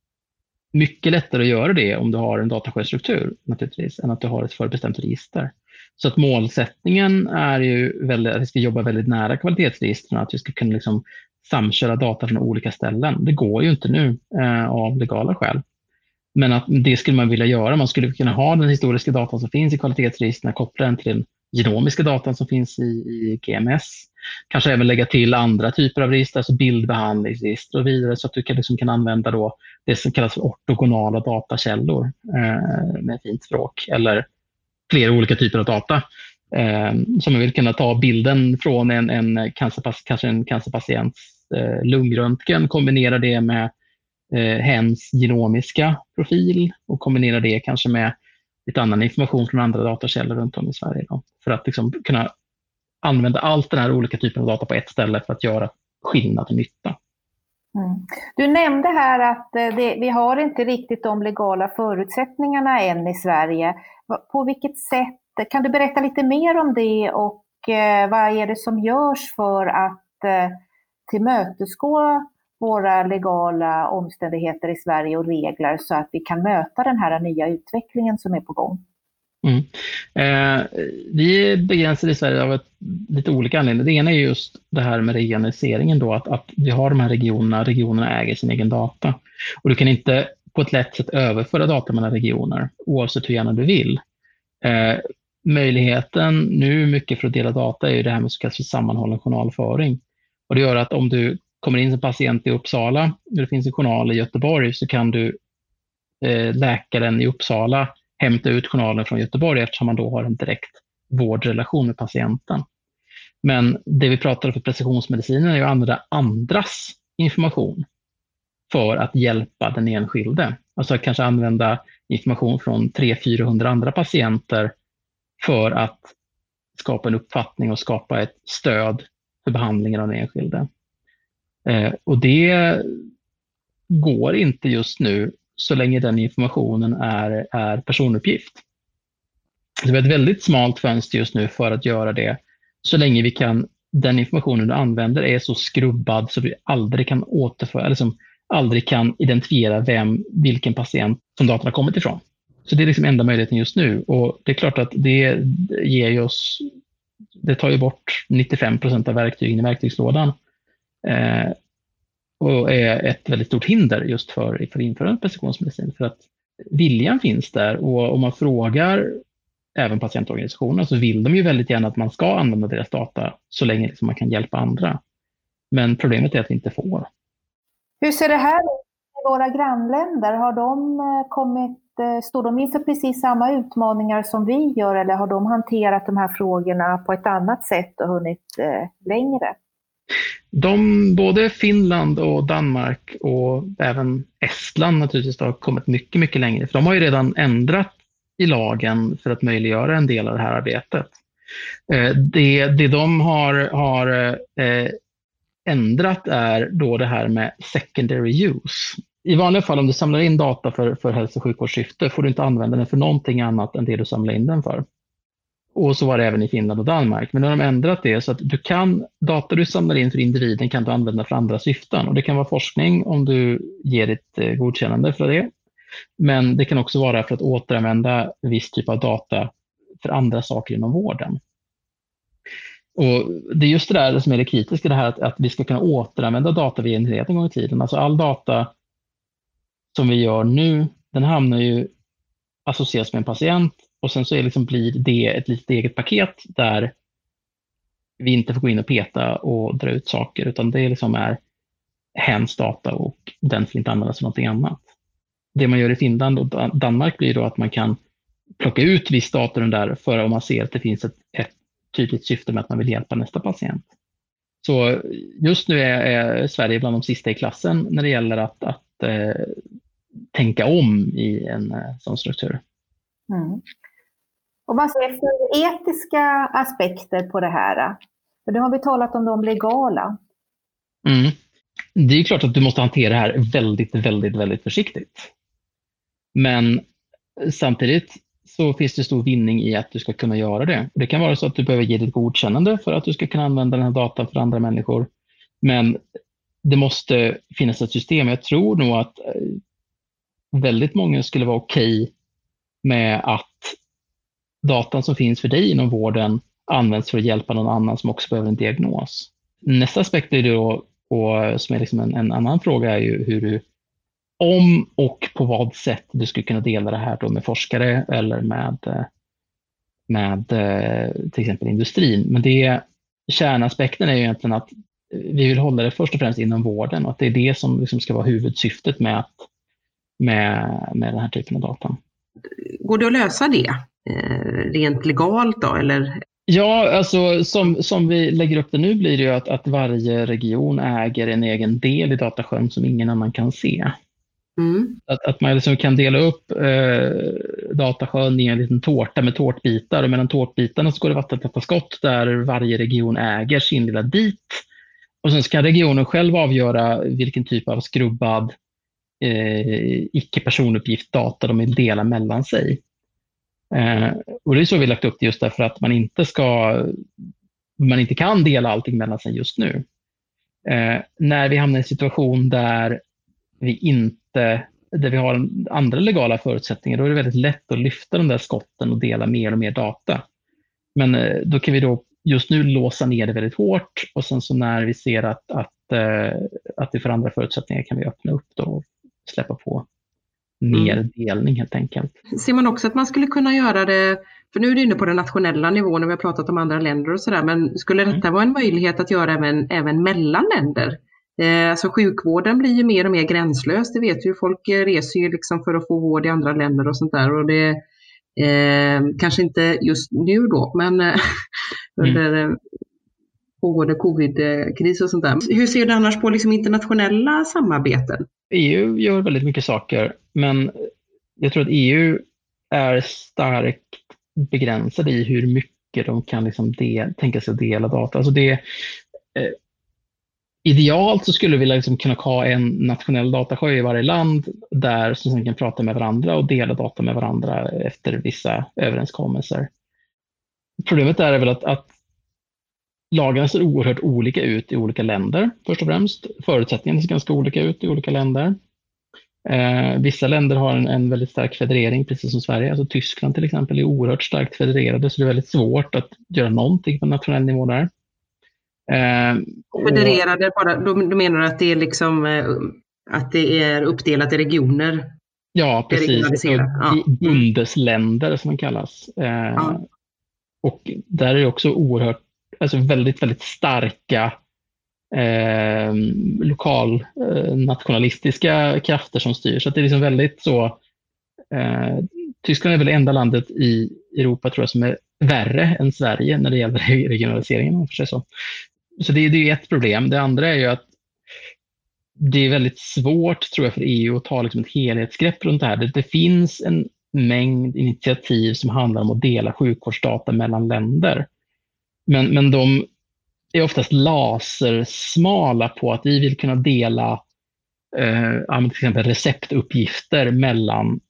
mycket lättare att göra det om du har en datasjöstruktur naturligtvis än att du har ett förbestämt register. Så att målsättningen är ju väldigt, att vi ska jobba väldigt nära kvalitetsregistren, att vi ska kunna liksom samköra data från olika ställen. Det går ju inte nu eh, av legala skäl. Men att det skulle man vilja göra. Man skulle kunna ha den historiska datan som finns i kvalitetsregistren, koppla den till den genomiska datan som finns i, i G M S. Kanske även lägga till andra typer av register, alltså bildbehandlingsregister och vidare, så att du kan, liksom, kan använda då det som kallas för ortogonala datakällor eh, med fint språk, eller flera olika typer av data. Eh, som man vill kunna ta bilden från en, en, cancerpac- kanske en cancerpatients eh, lungröntgen, kombinera det med eh, hens genomiska profil och kombinera det kanske med lite annan information från andra datakällor runt om i Sverige då, för att liksom kunna använda allt den här olika typen av data på ett ställe för att göra skillnad och nytta. Mm. Du nämnde här att det, vi har inte riktigt de legala förutsättningarna än i Sverige. På vilket sätt? Kan du berätta lite mer om det, och eh, vad är det som görs för att eh, tillmötesgå våra legala omständigheter i Sverige och regler så att vi kan möta den här nya utvecklingen som är på gång? Mm. Eh, vi är begränsade i Sverige av ett, lite olika anledningar. Det ena är just det här med regionaliseringen då, att, att vi har de här regionerna, regionerna äger sin egen data. Och du kan inte på ett lätt sätt överföra data mellan regioner oavsett hur gärna du vill. Eh, möjligheten nu mycket för att dela data är ju det här med så kallad sammanhållen journalföring. Och det gör att om du kommer in som patient i Uppsala och det finns en journal i Göteborg, så kan du eh, läkaren i Uppsala hämta ut journalen från Göteborg eftersom man då har en direkt vårdrelation med patienten. Men det vi pratar om för precisionsmedicinen är ju att använda andras information för att hjälpa den enskilde. Alltså kanske använda information från tre till fyrahundra andra patienter för att skapa en uppfattning och skapa ett stöd för behandlingen av den enskilde. Eh, och det går inte just nu så länge den informationen är, är personuppgift. Så vi har ett väldigt smalt fönster just nu för att göra det, så länge vi kan, den informationen du använder är så skrubbad så vi aldrig kan återföra, eller som aldrig kan identifiera vem, vilken patient som datan har kommit ifrån. Så det är liksom enda möjligheten just nu, och det är klart att det ger ju oss, det tar ju bort nittiofem procent av verktygen i verktygslådan. Eh, och är ett väldigt stort hinder just för, för införandet av precisionsmedicin. För att viljan finns där, och om man frågar även patientorganisationer så vill de ju väldigt gärna att man ska använda deras data så länge liksom man kan hjälpa andra. Men problemet är att vi inte får. Hur ser det här ut i våra grannländer? Har de kommit, står de inför precis samma utmaningar som vi gör, eller har de hanterat de här frågorna på ett annat sätt och hunnit längre? De, både Finland och Danmark och även Estland naturligtvis har kommit mycket, mycket längre. För de har ju redan ändrat i lagen för att möjliggöra en del av det här arbetet. Det, det de har, har ändrat är då det här med secondary use. I vanliga fall om du samlar in data för, för hälso- och sjukvårdssyfte får du inte använda den för någonting annat än det du samlar in den för. Och så var det även i Finland och Danmark. Men nu har de ändrat det så att du kan, data du samlar in för individen kan du använda för andra syften. Och det kan vara forskning om du ger ett godkännande för det. Men det kan också vara för att återanvända viss typ av data för andra saker inom vården. Och det är just det där som är det kritiska, det här att, att vi ska kunna återanvända data vi genererat en gång i tiden. Alltså all data som vi gör nu, den hamnar ju associeras med en patient, och sen så är liksom, blir det ett litet eget paket där vi inte får gå in och peta och dra ut saker, utan det liksom är hens data och den får inte användas för någonting annat. Det man gör i Finland och Danmark blir då att man kan plocka ut viss data där för om man ser att det finns ett, ett tydligt syfte med att man vill hjälpa nästa patient. Så just nu är, är Sverige bland de sista i klassen när det gäller att, att eh, tänka om i en eh, sån struktur. Mm. Om man ser för etiska aspekter på det här, för nu har vi talat om de legala. Mm. Det är klart att du måste hantera det här väldigt, väldigt, väldigt försiktigt. Men samtidigt så finns det stor vinning i att du ska kunna göra det. Det kan vara så att du behöver ge ditt godkännande för att du ska kunna använda den här datan för andra människor. Men det måste finnas ett system. Jag tror nog att väldigt många skulle vara okej med att datan som finns för dig inom vården används för att hjälpa någon annan som också behöver en diagnos. Nästa aspekt är det då, och som är liksom en, en annan fråga, är ju hur du, om och på vad sätt du skulle kunna dela det här då med forskare eller med, med till exempel industrin. Men det, kärnaspekten är ju egentligen att vi vill hålla det först och främst inom vården, och att det är det som liksom ska vara huvudsyftet med, att, med, med den här typen av data. Går det att lösa det eh, rent legalt då, eller? Ja, alltså som, som vi lägger upp det nu blir det ju att, att varje region äger en egen del i datasjön som ingen annan kan se. Mm. Att, att man liksom kan dela upp eh, datasjön i en liten tårta med tårtbitar, och mellan tårtbitarna så går det vattentäta skott där varje region äger sin lilla bit. Och sen ska regionen själv avgöra vilken typ av skrubbad eh, icke-personuppgift data de vill dela mellan sig. Eh, och det är så vi har lagt upp det, just därför att man inte ska man inte kan dela allting mellan sig just nu. Eh, när vi hamnar i en situation där vi inte där vi har andra legala förutsättningar, då är det väldigt lätt att lyfta de där skotten och dela mer och mer data. Men eh, då kan vi då just nu låsa ner det väldigt hårt, och sen så när vi ser att, att, eh, att vi får andra förutsättningar kan vi öppna upp då och släppa på mer mm. delning helt enkelt. Ser man också att man skulle kunna göra det, för nu är det inne på den nationella nivån och vi har pratat om andra länder och sådär, men skulle detta mm. vara en möjlighet att göra även, även mellan länder? Eh, alltså sjukvården blir ju mer och mer gränslös, det vet ju, folk reser ju liksom för att få vård i andra länder och sånt där, och det eh, kanske inte just nu då, men eh, under mm. pågående covid-kris och sånt där. Hur ser du annars på liksom internationella samarbeten? E U gör väldigt mycket saker, men jag tror att E U är starkt begränsade i hur mycket de kan liksom del, tänka sig att dela data. Alltså det, eh, idealt så skulle vi liksom kunna ha en nationell datasjö i varje land där som sen kan prata med varandra och dela data med varandra efter vissa överenskommelser. Problemet är väl att, att lagarna ser oerhört olika ut i olika länder, först och främst. Förutsättningarna ser ganska olika ut i olika länder. Eh, vissa länder har en, en väldigt stark federering, precis som Sverige. Alltså Tyskland till exempel är oerhört starkt federerade, så det är väldigt svårt att göra någonting på nationell nivå där. Eh, och... Federerade, bara, då, då menar du att det är liksom att det är uppdelat i regioner? Ja, precis. Ja. Bundesländer som man kallas. Eh, ja. Och där är det också oerhört, alltså väldigt, väldigt starka eh, lokal eh, nationalistiska krafter som styr. Så att det är liksom väldigt så, eh, Tyskland är väl det enda landet i Europa tror jag som är värre än Sverige när det gäller regionaliseringen. För sig så så det, det är ett problem. Det andra är ju att det är väldigt svårt tror jag för E U att ta liksom ett helhetsgrepp runt det här. Det, det finns en mängd initiativ som handlar om att dela sjukvårdsdata mellan länder. Men, men de är oftast lasersmala på att vi vill kunna dela eh, till exempel receptuppgifter mellan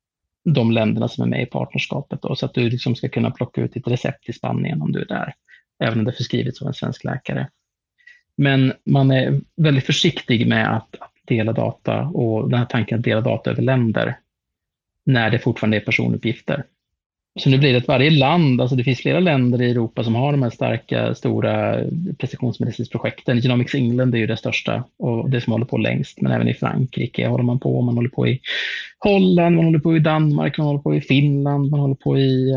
de länderna som är med i partnerskapet. Då, så att du liksom ska kunna plocka ut ditt recept i Spanien om du är där. Även om det är förskrivet av en svensk läkare. Men man är väldigt försiktig med att, att dela data och den här tanken att dela data över länder när det fortfarande är personuppgifter. Så nu blir det att varje land, alltså det finns flera länder i Europa som har de här starka, stora precisionsmedicinsprojekten. Genomics England är ju det största och det som håller på längst, men även i Frankrike håller man på. Man håller på i Holland, man håller på i Danmark, man håller på i Finland, man håller på i,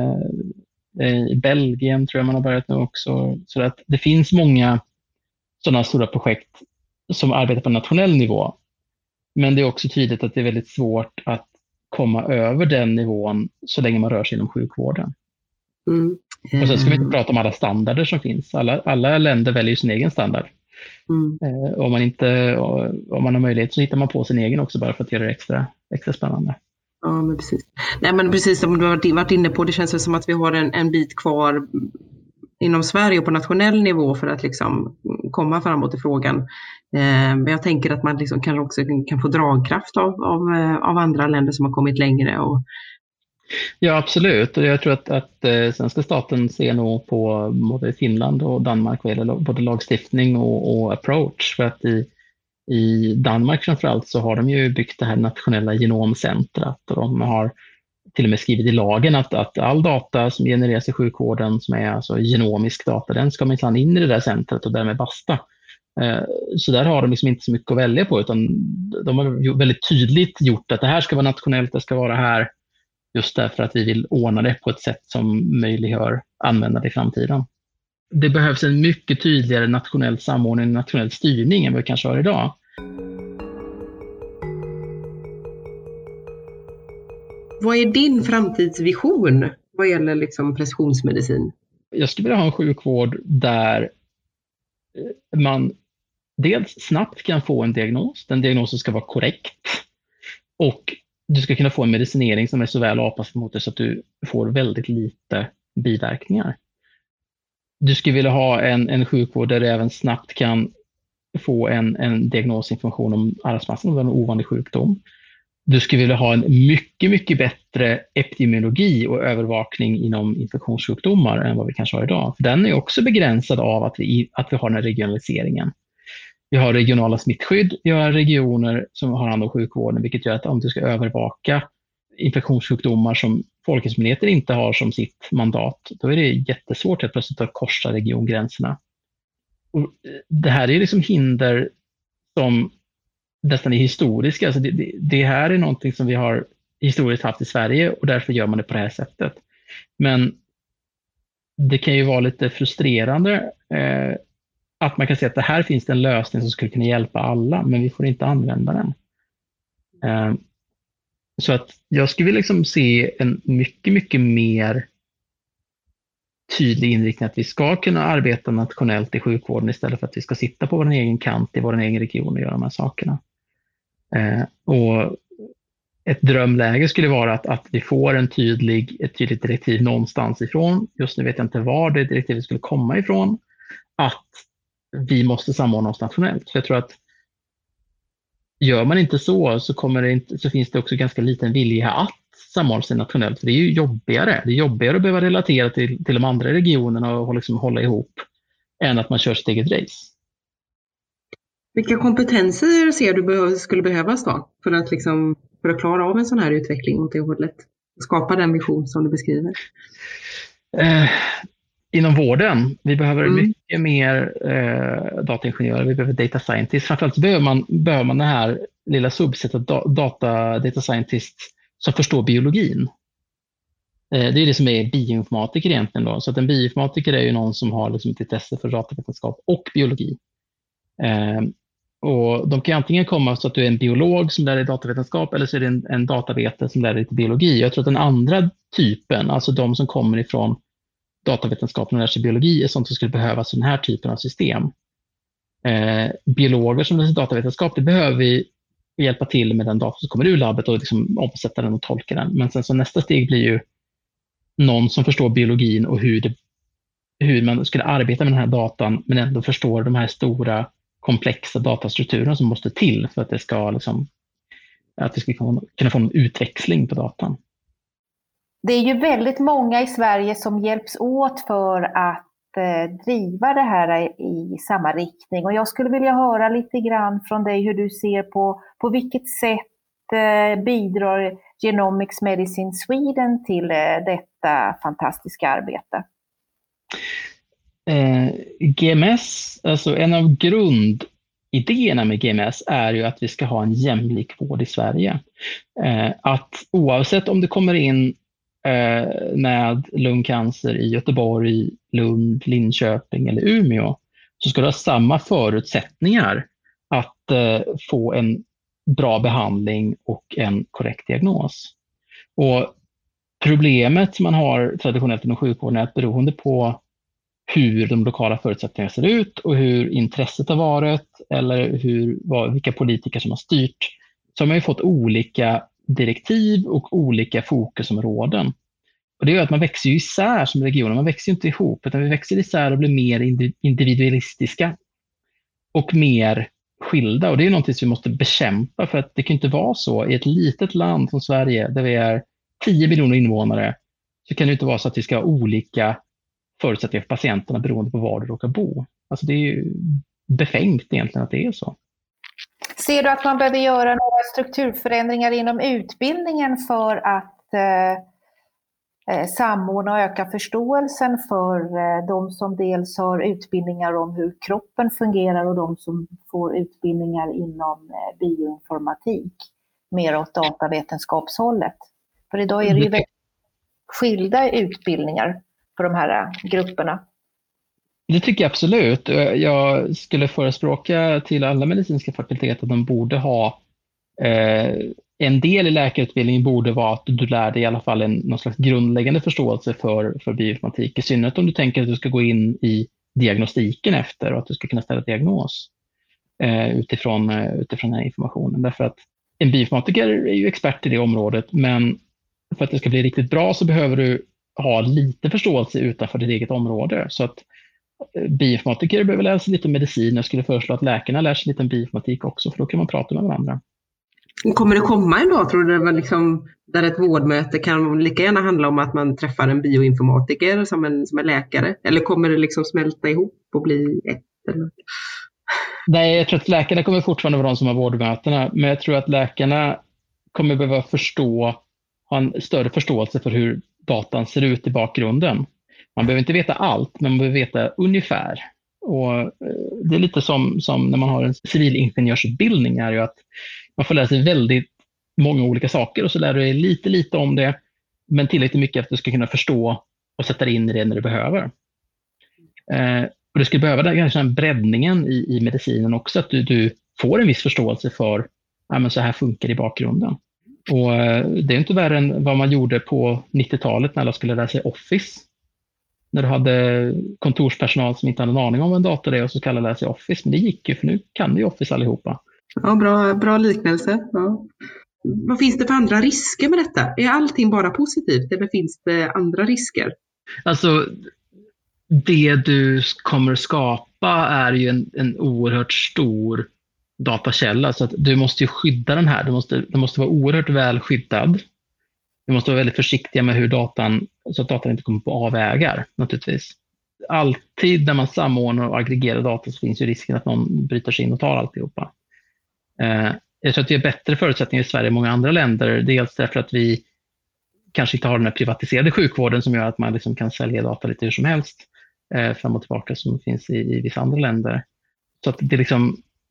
eh, i Belgien tror jag man har börjat nu också. Så att det finns många sådana stora projekt som arbetar på nationell nivå. Men det är också tydligt att det är väldigt svårt att komma över den nivån så länge man rör sig inom sjukvården. Mm. Mm. Och sen ska vi inte prata om alla standarder som finns. Alla, alla länder väljer sin egen standard. Mm. Eh, om, man inte, om man har möjlighet så hittar man på sin egen också bara för att göra det extra, extra spännande. Ja, men precis. Nej, men precis som du har varit inne på, det känns som att vi har en, en bit kvar inom Sverige och på nationell nivå för att liksom komma framåt i frågan. Eh, men jag tänker att man liksom kanske också kan få dragkraft av, av, av andra länder som har kommit längre. Och... Ja, absolut. Och jag tror att, att eh, svenska staten ser nog på både Finland och Danmark vad gäller både lagstiftning och, och approach. För att i, i Danmark framförallt så har de ju byggt det här nationella genomcentrat och de har till och med skrivit i lagen att, att all data som genereras i sjukvården som är alltså genomisk data, den ska man inte in i det där centret och därmed basta. Eh, så där har de liksom inte så mycket att välja på utan de har väldigt tydligt gjort att det här ska vara nationellt, det ska vara här just därför att vi vill ordna det på ett sätt som möjliggör använda det i framtiden. Det behövs en mycket tydligare nationell samordning, nationell styrning än vad vi kanske har idag. Vad är din framtidsvision vad gäller liksom precisionsmedicin? Jag skulle vilja ha en sjukvård där man dels snabbt kan få en diagnos. Den diagnosen ska vara korrekt. Och du ska kunna få en medicinering som är så väl avpassad mot det så att du får väldigt lite biverkningar. Du skulle vilja ha en, en sjukvård där du även snabbt kan få en, en diagnosinformation om arvsmassan, om det är en ovanlig sjukdom. Du skulle vilja ha en mycket, mycket bättre epidemiologi och övervakning inom infektionssjukdomar än vad vi kanske har idag. För den är också begränsad av att vi, att vi har den här regionaliseringen. Vi har regionala smittskydd, vi har regioner som har hand om sjukvården, vilket gör att om du ska övervaka infektionssjukdomar som Folkhälsomyndigheten inte har som sitt mandat, då är det jättesvårt att plötsligt att korsa regiongränserna. Och det här är liksom hinder som nästan är historiska. Alltså det, det, det här är någonting som vi har historiskt haft i Sverige och därför gör man det på det här sättet. Men det kan ju vara lite frustrerande eh, att man kan säga att det här finns en lösning som skulle kunna hjälpa alla, men vi får inte använda den. Eh, så att jag skulle liksom se en mycket, mycket mer tydlig inriktning att vi ska kunna arbeta nationellt i sjukvården istället för att vi ska sitta på vår egen kant i vår egen region och göra de här sakerna. Eh, och ett drömläge skulle vara att, att vi får en tydlig, ett tydligt direktiv någonstans ifrån. Just nu vet jag inte var det direktivet skulle komma ifrån. Att vi måste samordna oss nationellt. För jag tror att gör man inte så så, kommer det inte, så finns det också ganska liten vilja att samordna sig nationellt. För det är ju jobbigare. Det är jobbigare att behöva relatera till, till de andra regionerna och liksom hålla ihop än att man kör sitt eget race. Vilka kompetenser ser du behöv, skulle behövas då för att, liksom, för att klara av en sån här utveckling åt det hållet? Skapa den vision som du beskriver. Eh, inom vården, vi behöver mm. mycket mer eh, dataingenjörer, vi behöver data scientists. Framförallt så behöver man, behöver man den här lilla subset av data, data scientists som förstår biologin. Det är det som är bioinformatiker egentligen då. Så att en bioinformatiker är ju någon som har liksom ett intresse för datavetenskap och biologi. Eh, och de kan antingen komma så att du är en biolog som lär dig datavetenskap, eller så är det en, en datavetare som lär dig biologi. Jag tror att den andra typen, alltså de som kommer ifrån datavetenskapen och lär sig biologi, är sånt som skulle behövas i den här typen av system. Eh, biologer som lär sig datavetenskap, det behöver vi hjälpa till med den data som kommer ur labbet och liksom omsätta den och tolka den. Men sen så nästa steg blir ju någon som förstår biologin och hur, det, hur man skulle arbeta med den här datan, men ändå förstår de här stora komplexa datastrukturerna som måste till för att det ska liksom, att vi ska kunna få en utväxling på datan. Det är ju väldigt många i Sverige som hjälps åt för att eh, driva det här i samma riktning. Och jag skulle vilja höra lite grann från dig hur du ser på, på vilket sätt eh, bidrar Genomics Medicine Sweden till eh, detta fantastiska arbete. Eh, G M S, alltså en av grundidéerna med G M S är ju att vi ska ha en jämlik vård i Sverige. Eh, att oavsett om det kommer in eh, med lungcancer i Göteborg, Lund, Linköping eller Umeå, så ska du ha samma förutsättningar att eh, få en bra behandling och en korrekt diagnos. Och problemet som man har traditionellt inom sjukvården är att beroende på hur de lokala förutsättningarna ser ut och hur intresset har varit eller hur, vad, vilka politiker som har styrt, så har man ju fått olika direktiv och olika fokusområden. Och det gör att man växer ju isär som regioner, man växer ju inte ihop, utan vi växer isär och blir mer individualistiska och mer skilda. Och det är någonting som vi måste bekämpa, för att det kan inte vara så i ett litet land som Sverige där vi är tio miljoner invånare, så kan det inte vara så att vi ska ha olika förutsättningar för patienterna beroende på var du råkar bo. Alltså det är ju befängt egentligen att det är så. Ser du att man behöver göra några strukturförändringar inom utbildningen för att eh, samordna och öka förståelsen för eh, de som dels har utbildningar om hur kroppen fungerar och de som får utbildningar inom eh, bioinformatik mer åt datavetenskapshållet? För idag är det ju väldigt skilda utbildningar för de här grupperna. Det tycker jag absolut. Jag skulle förespråka till alla medicinska fakulteter att de borde ha eh, en del i läkarutbildningen borde vara att du lär dig i alla fall en någon slags grundläggande förståelse för, för bioinformatik. I synnerhet om du tänker att du ska gå in i diagnostiken efter och att du ska kunna ställa diagnos eh, utifrån, eh, utifrån den här informationen. Därför att en bioinformatiker är ju expert i det området, men för att det ska bli riktigt bra så behöver du ha lite förståelse utanför ditt eget område. Så att bioinformatiker behöver lära sig lite medicin. Jag skulle föreslå att läkarna lär sig lite bioinformatik också, för då kan man prata med varandra. Kommer det komma en dag, tror du, liksom, där ett vårdmöte kan lika gärna handla om att man träffar en bioinformatiker som en, som en läkare? Eller kommer det liksom smälta ihop och bli ett? Eller? Nej, jag tror att läkarna kommer fortfarande vara de som har vårdmötena, men jag tror att läkarna kommer behöva förstå, ha en större förståelse för hur datan ser ut i bakgrunden. Man behöver inte veta allt, men man behöver veta ungefär. Och det är lite som, som när man har en civilingenjörsutbildning, är ju att man får lära sig väldigt många olika saker och så lär du dig lite, lite om det, men tillräckligt mycket att du ska kunna förstå och sätta dig in i det när du behöver. Eh, och du skulle behöva den, kanske den breddningen i, i medicinen också, att du, du får en viss förståelse för ja, men så här funkar det i bakgrunden. Och eh, det är inte värre än vad man gjorde på nittiotalet när alla skulle lära sig Office. När du hade kontorspersonal som inte hade en aning om vad en dator är och så skulle alla lära sig Office. Men det gick ju, för nu kan vi Office allihopa. Ja, bra, bra liknelse. Ja. Vad finns det för andra risker med detta? Är allting bara positivt eller finns det andra risker? Alltså, det du kommer skapa är ju en, en oerhört stor datakälla. Så att du måste ju skydda den här. Du måste, du måste vara oerhört väl skyddad. Vi måste vara väldigt försiktiga med hur datan, så att datan inte kommer på avvägar naturligtvis. Alltid när man samordnar och aggregerar data så finns ju risken att någon bryter sig in och tar alltihopa. Eh, jag tror att vi har bättre förutsättningar i Sverige än många andra länder. Dels därför att vi kanske inte har den här privatiserade sjukvården som gör att man liksom kan sälja data lite hur som helst eh, fram och tillbaka som finns i, i vissa andra länder. Så att det liksom,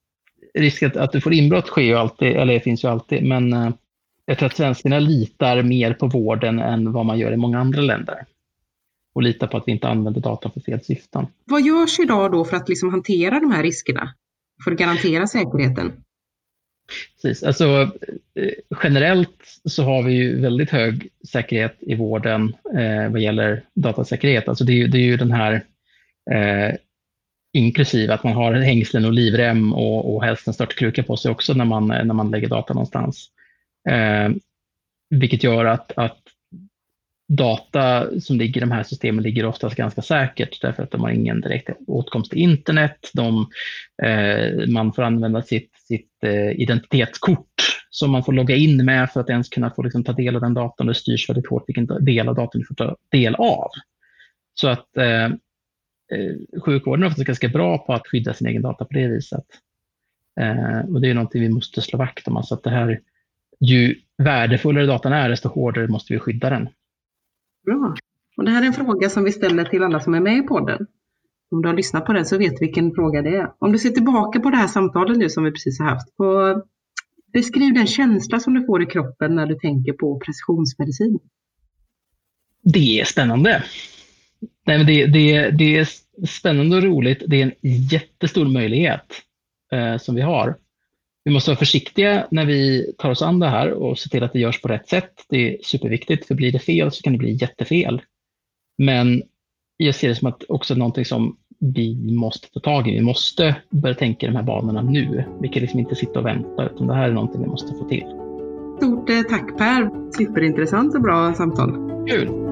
risken att, att du får inbrott sker ju alltid, eller det finns ju alltid, men eh, jag tror att svenskarna litar mer på vården än vad man gör i många andra länder. Och litar på att vi inte använder data för fel syften. Vad görs idag då för att liksom hantera de här riskerna? För att garantera säkerheten? Precis. Alltså, eh, generellt så har vi ju väldigt hög säkerhet i vården eh, vad gäller datasäkerhet. Alltså det är ju, det är ju den här eh, inklusive att man har hängslen och livrem och, och helst en störtkruka på sig också när man, när man lägger data någonstans. Eh, vilket gör att, att data som ligger i de här systemen ligger oftast ganska säkert därför att de har ingen direkt åtkomst till internet. De, eh, man får använda sitt, sitt eh, identitetskort som man får logga in med för att ens kunna få liksom, ta del av den datorn. Det styrs väldigt hårt vilken del av datorn du får ta del av. Så att eh, sjukvården är ofta ganska bra på att skydda sin egen data på det viset. Eh, och det är någonting vi måste slå vakt om. Alltså att det här, ju värdefullare datan är, desto hårdare måste vi skydda den. Bra. Och det här är en fråga som vi ställer till alla som är med i podden. Om du har lyssnat på den så vet vilken fråga det är. Om du ser tillbaka på det här samtalet nu som vi precis har haft. Och beskriv den känsla som du får i kroppen när du tänker på precisionsmedicin. Det är spännande. Nej, men det, det, det är spännande och roligt. Det är en jättestor möjlighet eh, som vi har. Vi måste vara försiktiga när vi tar oss an det här och se till att det görs på rätt sätt. Det är superviktigt, för blir det fel så kan det bli jättefel. Men jag ser det som att också någonting som vi måste ta tag i. Vi måste börja tänka i de här banorna nu. Vi kan liksom inte sitta och vänta, utan det här är någonting vi måste få till. Stort tack Per, superintressant och bra samtal. Kul!